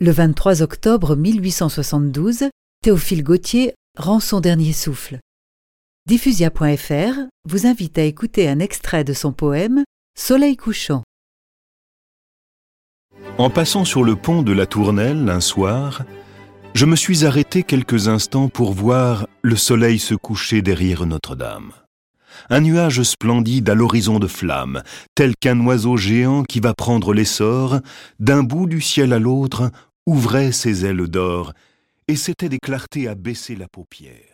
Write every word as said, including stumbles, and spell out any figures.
Le vingt-trois octobre mille huit cent soixante-douze, Théophile Gautier rend son dernier souffle. Diffusia point F R vous invite à écouter un extrait de son poème « Soleil couchant ». En passant sur le pont de la Tournelle un soir, je me suis arrêté quelques instants pour voir le soleil se coucher derrière Notre-Dame. Un nuage splendide à l'horizon de flammes, tel qu'un oiseau géant qui va prendre l'essor, d'un bout du ciel à l'autre, ouvrait ses ailes d'or, et c'étaient des clartés à baisser la paupière.